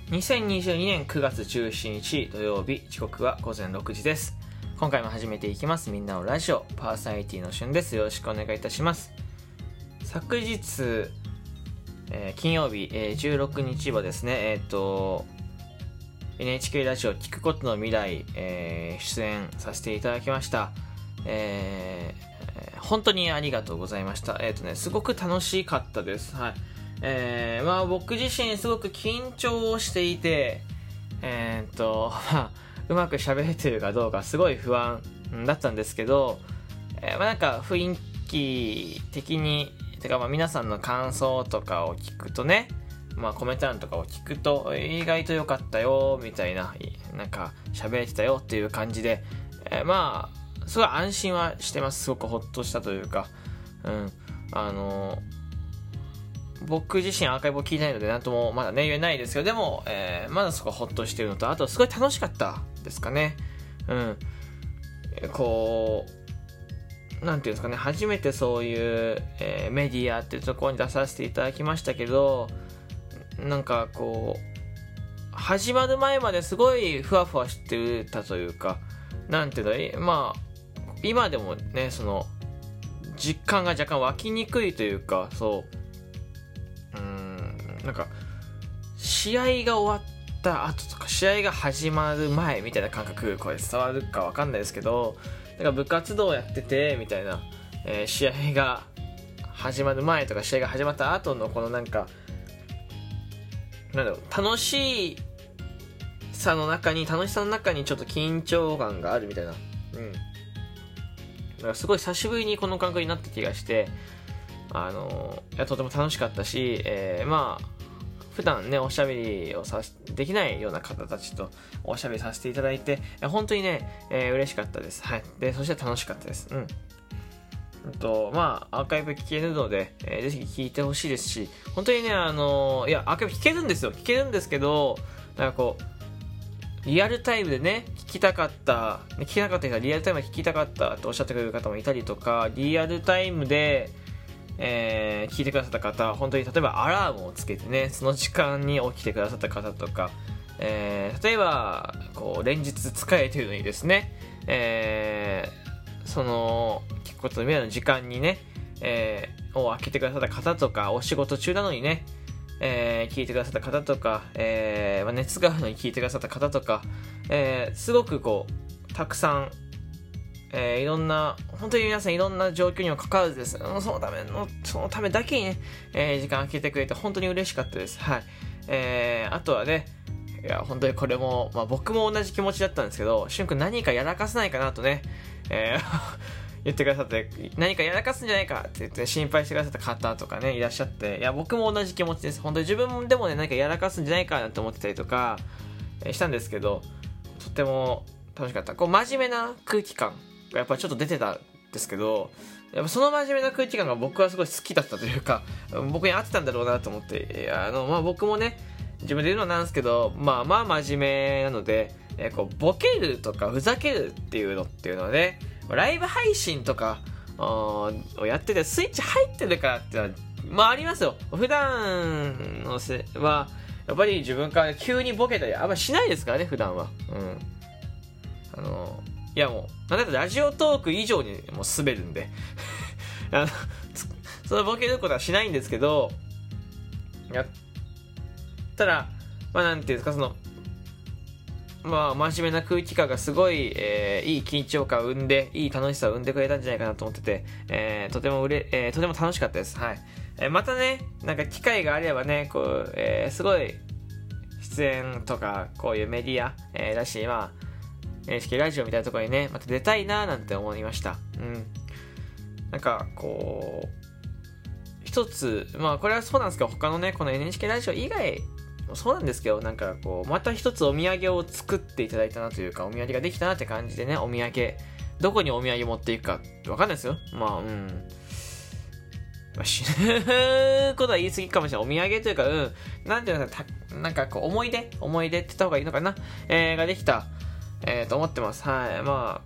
2022年9月17日土曜日、時刻は午前6時です。今回も始めていきます。みんなのラジオ、パーソナリティのしゅんです。よろしくお願いいたします。昨日、金曜日、16日はですね、NHK ラジオ聞くことの未来、出演させていただきました。本当にありがとうございました。すごく楽しかったです。はい。僕自身すごく緊張していて、うまく喋れてるかどうかすごい不安だったんですけど、なんか雰囲気的に皆さんの感想とかを聞くとね、コメント欄とかを聞くと意外と良かったよみたいな、なんか喋れてたよっていう感じで、すごい安心はしてます。すごくほっとしたというか、僕自身アーカイブを聞いてないので何ともまだね言えないですけど、でも、まだそこホッとしてるのと、あとすごい楽しかったですかね。なんていうんですかね、初めてそういう、メディアっていうところに出させていただきましたけど、なんか始まる前まですごいふわふわしてたというか、なんていうの、今でもね、その実感が若干湧きにくいというか、なんか試合が終わった後とか試合が始まる前みたいな感覚、これ伝わるか分かんないですけど、なんか部活動やっててみたいな、試合が始まる前とか試合が始まった後のこのなんか楽しさの中にちょっと緊張感があるみたいな、だからすごい久しぶりにこの感覚になった気がして、とても楽しかったし、普段ねおしゃべりをできないような方たちとおしゃべりさせていただいて、本当にね、嬉しかったです。はい。で、そして楽しかったです。アーカイブ聞けるので、ぜひ聞いてほしいですし、本当にね、アーカイブ聞けるんですよ。聞けるんですけど、なんかリアルタイムでね、聞きたかった人はリアルタイムで聞きたかったとおっしゃってくれる方もいたりとか、リアルタイムで聞いてくださった方、本当に例えばアラームをつけてね、その時間に起きてくださった方とか、例えば連日疲れているのにですね、その聞くことの未来の時間にね、を開けてくださった方とか、お仕事中なのにね、聞いてくださった方とか、熱があるのに聞いてくださった方とか、すごくたくさんいろんな、本当に皆さんいろんな状況にもかかわらずです、そのためだけにね、時間空けてくれて本当に嬉しかったです。はい。あとはね、いや本当にこれも、僕も同じ気持ちだったんですけど、しゅんくん何かやらかせないかなとね、言ってくださって、何かやらかすんじゃないかって言って心配してくださった方とかねいらっしゃって、いや僕も同じ気持ちです。本当に自分でもね何かやらかすんじゃないかなって思ってたりとか、したんですけど、とても楽しかった。真面目な空気感がやっぱりちょっと出てたんですけど、やっぱその真面目な空気感が僕はすごい好きだったというか、僕に合ってたんだろうなと思って、僕もね自分で言うのはなんですけど、真面目なので、ボケるとかふざけるっていうのはね、ライブ配信とかをやっててスイッチ入ってるからってのはありますよ。普段のはやっぱり自分から急にボケたりあんましないですからね、普段は。いやもうなんだったらラジオトーク以上にもう滑るんでそのボケることはしないんですけど、やったらなんていうんですか、真面目な空気感がすごい、いい緊張感を生んで、いい楽しさを生んでくれたんじゃないかなと思ってて、とても楽しかったです。はい。またね、なんか機会があればね、すごい出演とかこういうメディア、だし、NHK ラジオみたいなところにねまた出たいななんて思いました。なんか一つ、これはそうなんですけど、他のねこの NHK ラジオ以外そうなんですけど、なんかまた一つお土産を作っていただいたなというか、お土産ができたなって感じでね、お土産どこにお土産持っていくか分かんないですよ。死ぬことは言い過ぎかもしれない。お土産というか、なんていうのかなんか思い出って言った方がいいのかな、ができたと思ってます。はい。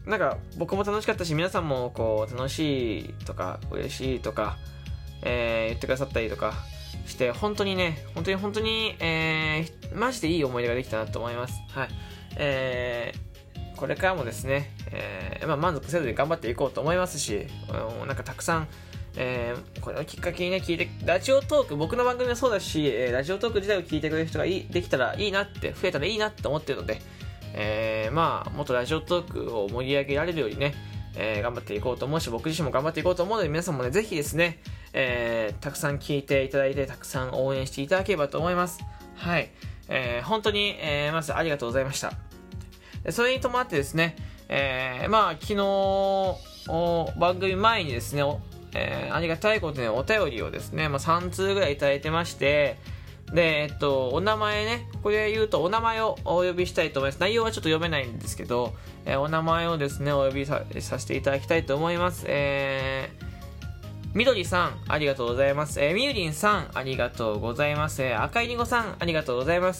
なんか僕も楽しかったし、皆さんも楽しいとか嬉しいとか、言ってくださったりとか、 して本当にね本当に、マジでいい思い出ができたなと思います。はい。これからもですね、満足せずに頑張っていこうと思いますし、なんかたくさん、これをきっかけにね聞いてラジオトーク、僕の番組もそうだし、ラジオトーク自体を聞いてくれる人ができたらいいなって、増えたらいいなって思ってるので、もっとラジオトークを盛り上げられるようにね、頑張っていこうと思うし、僕自身も頑張っていこうと思うので、皆さんもねぜひですね、たくさん聞いていただいて、たくさん応援していただければと思います。はい。本当に、まずありがとうございました。それに伴ってですね、昨日番組前にですね、ありがたいことにお便りをですね、3通ぐらいいただいてまして、で、お名前ね、これ言うとお名前をお呼びしたいと思います。内容はちょっと読めないんですけど、お名前をですね、お呼びさせていただきたいと思います。みどりさん、ありがとうございます。みゆりんさん、ありがとうございます。赤いりんごさん、ありがとうございます。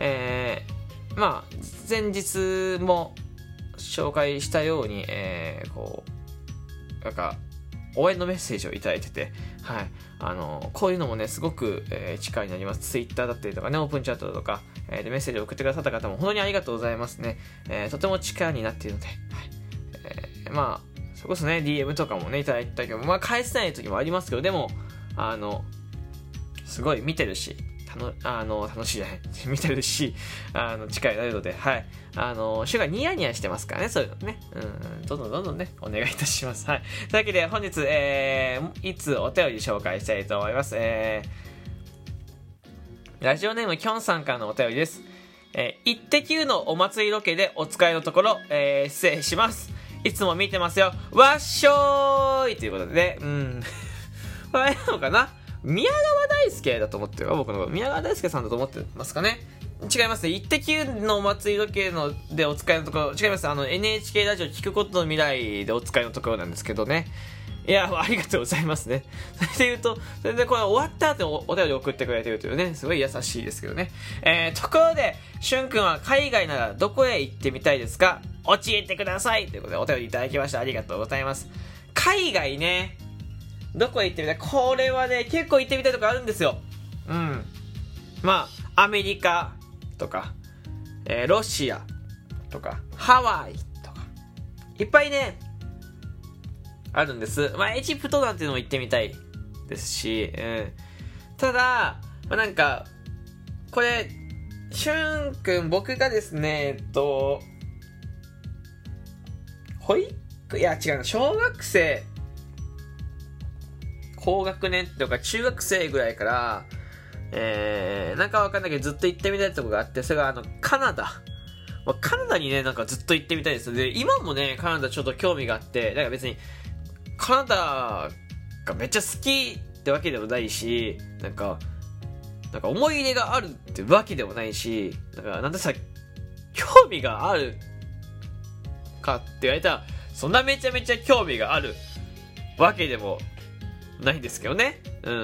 前日も紹介したように、なんか応援のメッセージをいただいてて、はい、こういうのもねすごく、力になります。ツイッターだったりとかね、オープンチャットとか、でメッセージを送ってくださった方も本当にありがとうございますね。とても力になっているので、はい、それこそね DM とかもねいただいたけど、返せない時もありますけど、でもすごい見てるし、楽しいじゃない見てるし、力になるので、はい。主がニヤニヤしてますからね、そういうのね。どんどんね、お願いいたします。はい。というわけで、本日、いつお便り紹介したいと思います。ラジオネームきょんさんからのお便りです。イッテ Q のお祭りロケでお使いのところ、失礼します。いつも見てますよ。わっしょーいということでね、あれなのかな、宮川大輔だと思ってるわ、僕のこと。宮川大輔さんだと思ってますかね。違いますね。イッテ Q のお祭り時計のでお使いのところ、違います。NHK ラジオ聞くことの未来でお使いのところなんですけどね。いや、ありがとうございますね。それで言うと、それでこれ終わった後お便り送ってくれてるというね、すごい優しいですけどね。ところで、しゅんくんは海外ならどこへ行ってみたいですか？教えてくださいということでお便りいただきました。ありがとうございます。海外ね。どこへ行ってみたい？これはね、結構行ってみたいとこあるんですよ。アメリカとか、ロシアとか、ハワイとか、いっぱいね、あるんです。エジプトなんていうのも行ってみたいですし、ただ、なんか、これ、しゅんくん、僕がですね、小学生、高学年とか中学生ぐらいから、なんかわかんないけどずっと行ってみたいとこがあって、それがカナダ。カナダにね、なんかずっと行ってみたいです。で、今もね、カナダちょっと興味があって、だから別に、カナダがめっちゃ好きってわけでもないし、なんか思い入れがあるってわけでもないし、なんでさ、興味があるかって言われたら、そんなめちゃめちゃ興味があるわけでもないんですけどね。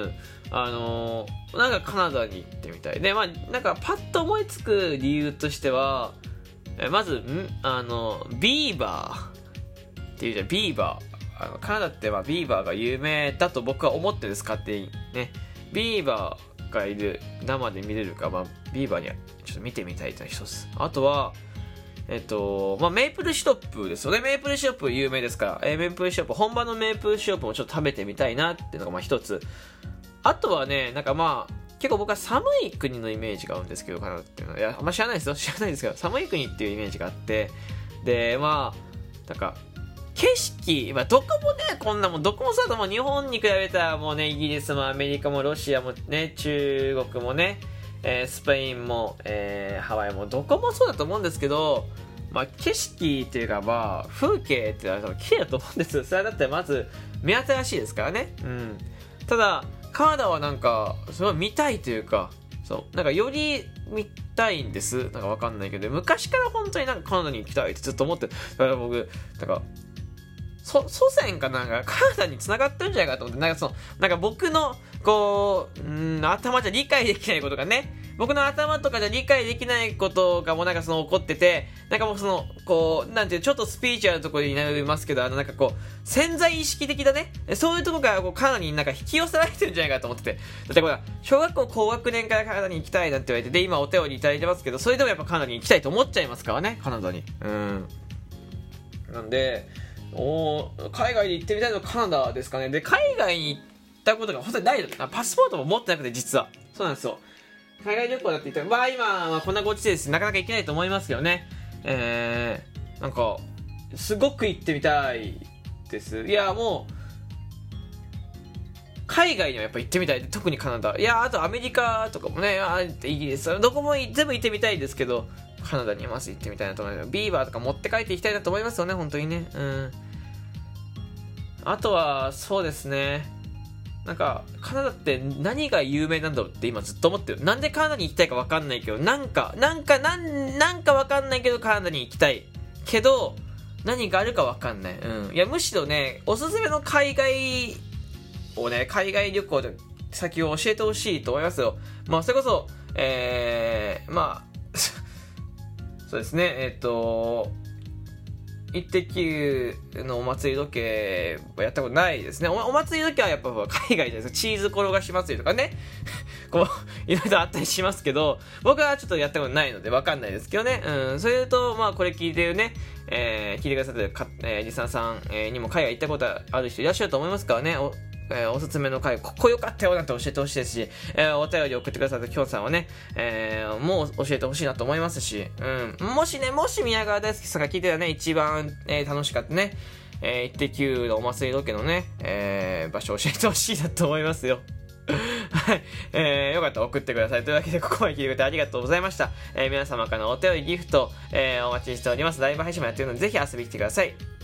なんかカナダに行ってみたい。で、なんかパッと思いつく理由としては、まず、ビーバーっていうじゃん、ビーバー。カナダってビーバーが有名だと僕は思ってるんです、勝手に。ね。ビーバーがいる、生で見れるか、ビーバーにはちょっと見てみたいというのが一つ。あとは、メープルシロップですよね。メープルシロップ有名ですから、メープルシロップ、本場のメープルシロップもちょっと食べてみたいなっていうのが一つ。あとはね、結構僕は寒い国のイメージがあるんですけど、カナダっていうのは。いや、知らないですよ。知らないですけど、寒い国っていうイメージがあって、で、景色、どこもね、こんなもん、どこもそうだともう日本に比べたらもうね、イギリスもアメリカもロシアもね、中国もね、スペインも、ハワイもどこもそうだと思うんですけど、景色っていうか風景っていうのは綺麗だと思うんですよ。それだってまず目新しいですからね。ただカナダはなんかすごい見たいというか、より見たいんです。わかんないけど、昔から本当にカナダに行きたいってずっと思って、だから僕祖先かカナダに繋がってるんじゃないかと思って、僕の頭じゃ理解できないことがね僕の頭とかじゃ理解できないことがもうなんかその起こってて、なんかもうその、こう、なんていう、ちょっとスピリチュアルなところになりますけど、なんかこう、潜在意識的だね。そういうところがこうカナダになんか引き寄せられてるんじゃないかと思ってて。だってこれ、小学校高学年からカナダに行きたいなんて言われて、で、今お便りいただいてますけど、それでもやっぱカナダに行きたいと思っちゃいますからね、カナダに。なんで、海外で行ってみたいのはカナダですかね。で、海外に行ったことが本当にないの。パスポートも持ってなくて、実は。そうなんですよ。海外旅行だって言ったら、今はこんなご時世です。なかなか行けないと思いますけどね。なんか、すごく行ってみたいです。いや、もう、海外にはやっぱ行ってみたい。特にカナダ。いや、あとアメリカとかもね、イギリス、どこも全部行ってみたいですけど、カナダにまず行ってみたいなと思います。ビーバーとか持って帰っていきたいなと思いますよね、本当にね。あとは、そうですね。なんか、カナダって何が有名なんだろうって今ずっと思ってる。なんでカナダに行きたいか分かんないけど、なんか分かんないけどカナダに行きたい。けど、何があるか分かんない。いや、むしろね、おすすめの海外旅行で先を教えてほしいと思いますよ。それこそ、そうですね、イッテ Q のお祭り時計はやったことないですね。お祭り時計はやっぱ海外です。チーズ転がし祭りとかね。こう、いろいろあったりしますけど、僕はちょっとやったことないのでわかんないですけどね。それと、これ聞いてるね、聞いてくださってるリスナーさん、にも海外行ったことある人いらっしゃると思いますからね。おすすめの回、ここ良かったよなんて教えてほしいですし、お便り送ってくださったきょんさんはね、もう教えてほしいなと思いますし、もし宮川大輔さんが聞いてたね、一番、楽しかったね、イッテ Q のお祭りロケのね、場所を教えてほしいなと思いますよ。はい、よかったら送ってください。というわけで、ここまで聞いてくれてありがとうございました。皆様からのお便り、ギフト、お待ちしております。ライブ配信もやってるので、ぜひ遊びに来てください。